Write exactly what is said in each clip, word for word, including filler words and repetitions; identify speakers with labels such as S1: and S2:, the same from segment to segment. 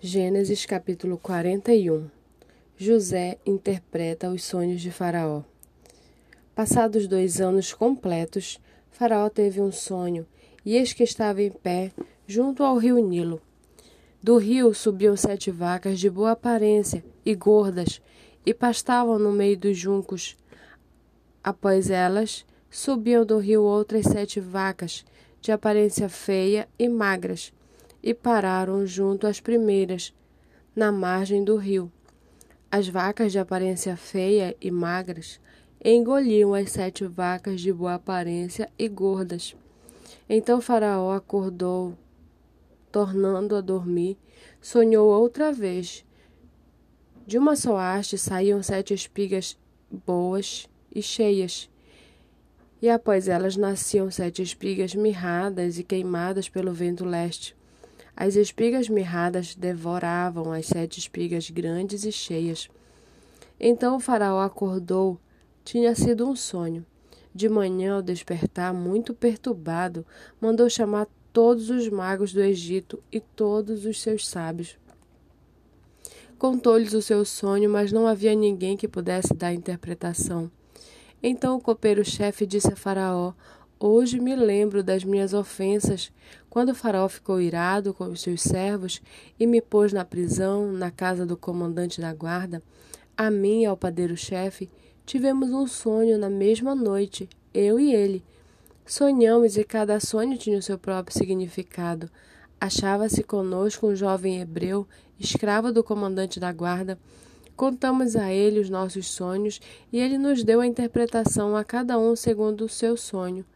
S1: Gênesis capítulo quarenta e um. José interpreta os sonhos de Faraó. Passados dois anos completos, Faraó teve um sonho, e eis que estava em pé, junto ao rio Nilo. Do rio subiam sete vacas de boa aparência e gordas, e pastavam no meio dos juncos. Após elas, subiam do rio outras sete vacas, de aparência feia e magras, e pararam junto às primeiras, na margem do rio. As vacas de aparência feia e magras engoliam as sete vacas de boa aparência e gordas. Então Faraó acordou, tornando a dormir, sonhou outra vez. De uma só haste saíam sete espigas boas e cheias, e após elas nasciam sete espigas mirradas e queimadas pelo vento leste. As espigas mirradas devoravam as sete espigas grandes e cheias. Então o faraó acordou. Tinha sido um sonho. De manhã, ao despertar, muito perturbado, mandou chamar todos os magos do Egito e todos os seus sábios. Contou-lhes o seu sonho, mas não havia ninguém que pudesse dar interpretação. Então o copeiro-chefe disse a Faraó: Hoje me lembro das minhas ofensas, quando o faraó ficou irado com os seus servos e me pôs na prisão, na casa do comandante da guarda. A mim e ao padeiro-chefe tivemos um sonho na mesma noite, eu e ele. Sonhamos e cada sonho tinha o seu próprio significado. Achava-se conosco um jovem hebreu, escravo do comandante da guarda. Contamos a ele os nossos sonhos e ele nos deu a interpretação a cada um segundo o seu sonho.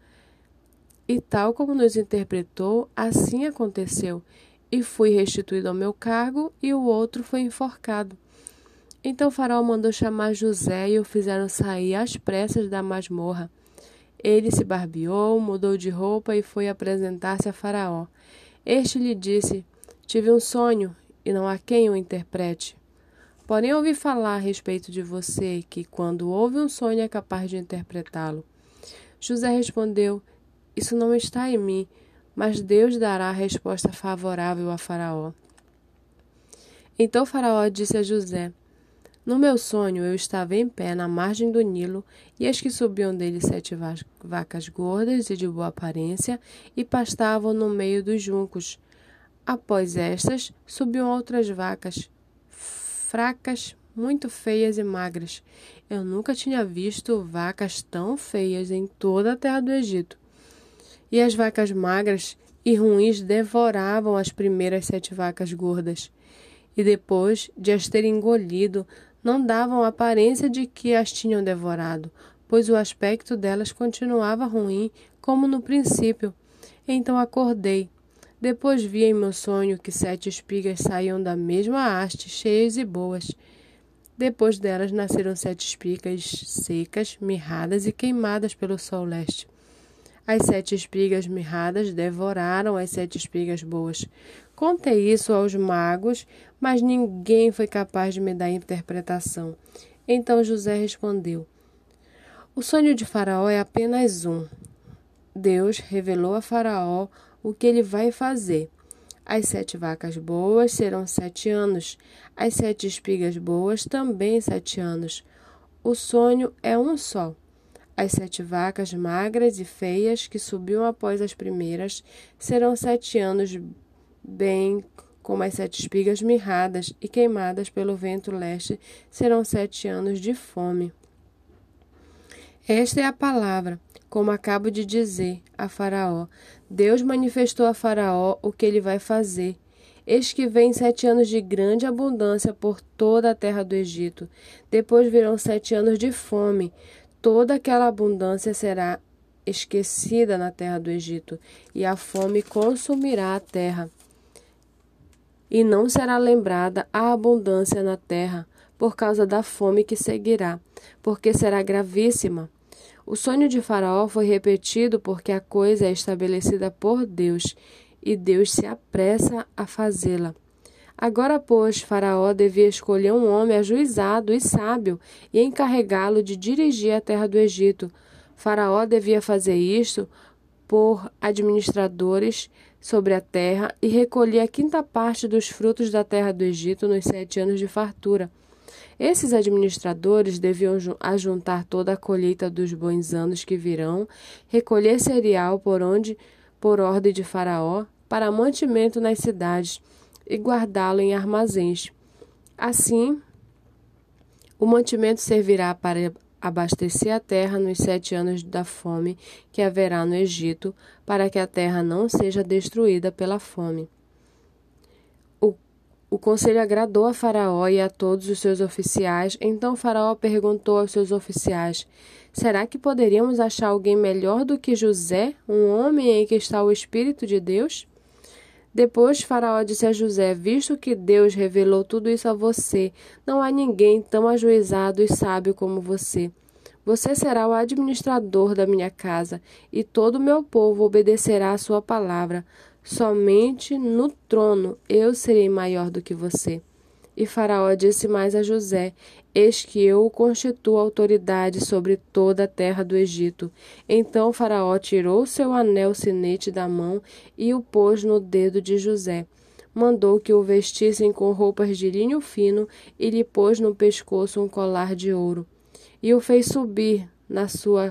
S1: E tal como nos interpretou, assim aconteceu. E fui restituído ao meu cargo, e o outro foi enforcado. Então Faraó mandou chamar José e o fizeram sair às pressas da masmorra. Ele se barbeou, mudou de roupa e foi apresentar-se a Faraó. Este lhe disse: Tive um sonho, e não há quem o interprete. Porém ouvi falar a respeito de você, que quando ouve um sonho é capaz de interpretá-lo. José respondeu: Isso não está em mim, mas Deus dará a resposta favorável a Faraó. Então Faraó disse a José: No meu sonho eu estava em pé na margem do Nilo, e eis que subiam dele sete vacas gordas e de boa aparência, e pastavam no meio dos juncos. Após estas, subiam outras vacas, fracas, muito feias e magras. Eu nunca tinha visto vacas tão feias em toda a terra do Egito. E as vacas magras e ruins devoravam as primeiras sete vacas gordas. E depois de as terem engolido, não davam aparência de que as tinham devorado, pois o aspecto delas continuava ruim, como no princípio. Então acordei. Depois vi em meu sonho que sete espigas saíam da mesma haste, cheias e boas. Depois delas nasceram sete espigas secas, mirradas e queimadas pelo sol leste. As sete espigas mirradas devoraram as sete espigas boas. Contei isso aos magos, mas ninguém foi capaz de me dar interpretação. Então José respondeu: O sonho de Faraó é apenas um. Deus revelou a Faraó o que ele vai fazer. As sete vacas boas serão sete anos. As sete espigas boas também sete anos. O sonho é um só. As sete vacas magras e feias que subiam após as primeiras serão sete anos, bem como as sete espigas mirradas e queimadas pelo vento leste serão sete anos de fome. Esta é a palavra, como acabo de dizer, a Faraó. Deus manifestou a Faraó o que ele vai fazer. Eis que vem sete anos de grande abundância por toda a terra do Egito. Depois virão sete anos de fome. Toda aquela abundância será esquecida na terra do Egito, e a fome consumirá a terra. E não será lembrada a abundância na terra, por causa da fome que seguirá, porque será gravíssima. O sonho de Faraó foi repetido porque a coisa é estabelecida por Deus, e Deus se apressa a fazê-la. Agora, pois, Faraó devia escolher um homem ajuizado e sábio e encarregá-lo de dirigir a terra do Egito. Faraó devia fazer isto por administradores sobre a terra e recolhi a quinta parte dos frutos da terra do Egito nos sete anos de fartura. Esses administradores deviam ajuntar toda a colheita dos bons anos que virão, recolher cereal por onde, por ordem de Faraó, para mantimento nas cidades e guardá-lo em armazéns. Assim, o mantimento servirá para abastecer a terra nos sete anos da fome que haverá no Egito, para que a terra não seja destruída pela fome. O, o conselho agradou a Faraó e a todos os seus oficiais. Então Faraó perguntou aos seus oficiais: será que poderíamos achar alguém melhor do que José, um homem em que está o Espírito de Deus? Depois Faraó disse a José: visto que Deus revelou tudo isso a você, não há ninguém tão ajuizado e sábio como você. Você será o administrador da minha casa, e todo o meu povo obedecerá à sua palavra. Somente no trono eu serei maior do que você. E Faraó disse mais a José: eis que eu o constituo autoridade sobre toda a terra do Egito. Então Faraó tirou seu anel sinete da mão e o pôs no dedo de José. Mandou que o vestissem com roupas de linho fino e lhe pôs no pescoço um colar de ouro. E o fez subir na sua,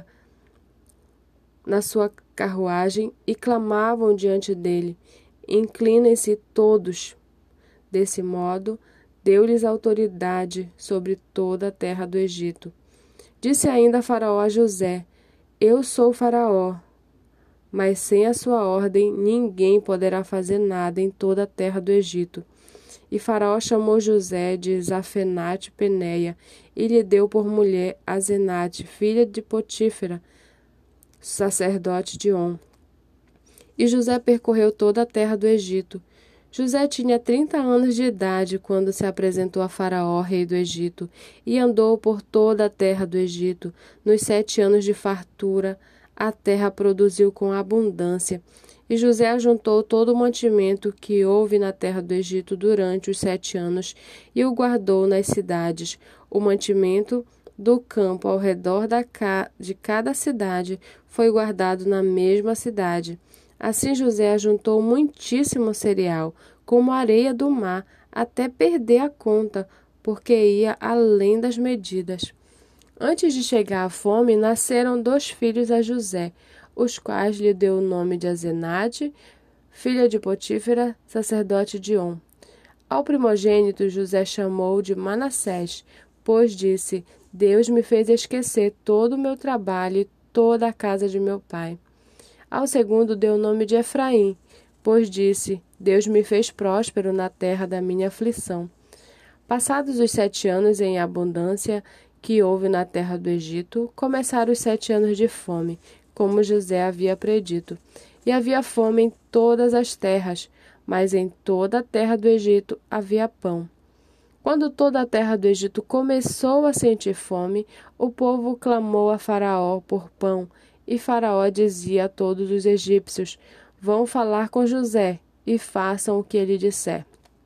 S1: na sua carruagem e clamavam diante dele: inclinem-se todos. Desse modo, deu-lhes autoridade sobre toda a terra do Egito. Disse ainda Faraó a José: eu sou Faraó, mas sem a sua ordem ninguém poderá fazer nada em toda a terra do Egito. E Faraó chamou José de Zafenate Peneia e lhe deu por mulher Asenate, filha de Potífera, sacerdote de On. E José percorreu toda a terra do Egito. José tinha trinta anos de idade quando se apresentou a Faraó, rei do Egito, e andou por toda a terra do Egito. Nos sete anos de fartura, a terra produziu com abundância. E José ajuntou todo o mantimento que houve na terra do Egito durante os sete anos e o guardou nas cidades. O mantimento do campo ao redor da ca... de cada cidade foi guardado na mesma cidade. Assim José ajuntou muitíssimo cereal, como a areia do mar, até perder a conta, porque ia além das medidas. Antes de chegar à fome, nasceram dois filhos a José, os quais lhe deu o nome de Asenate, filha de Potífera, sacerdote de On. Ao primogênito José chamou de Manassés, pois disse: Deus me fez esquecer todo o meu trabalho e toda a casa de meu pai. Ao segundo deu o nome de Efraim, pois disse: Deus me fez próspero na terra da minha aflição. Passados os sete anos em abundância que houve na terra do Egito, começaram os sete anos de fome, como José havia predito. E havia fome em todas as terras, mas em toda a terra do Egito havia pão. Quando toda a terra do Egito começou a sentir fome, o povo clamou a Faraó por pão, e Faraó dizia a todos os egípcios: vão falar com José, e façam o que ele disser.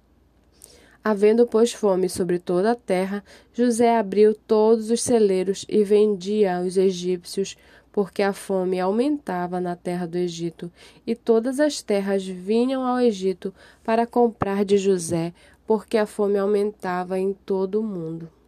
S1: Havendo, pois, fome sobre toda a terra, José abriu todos os celeiros e vendia aos egípcios, porque a fome aumentava na terra do Egito, e todas as terras vinham ao Egito para comprar de José, porque a fome aumentava em todo o mundo.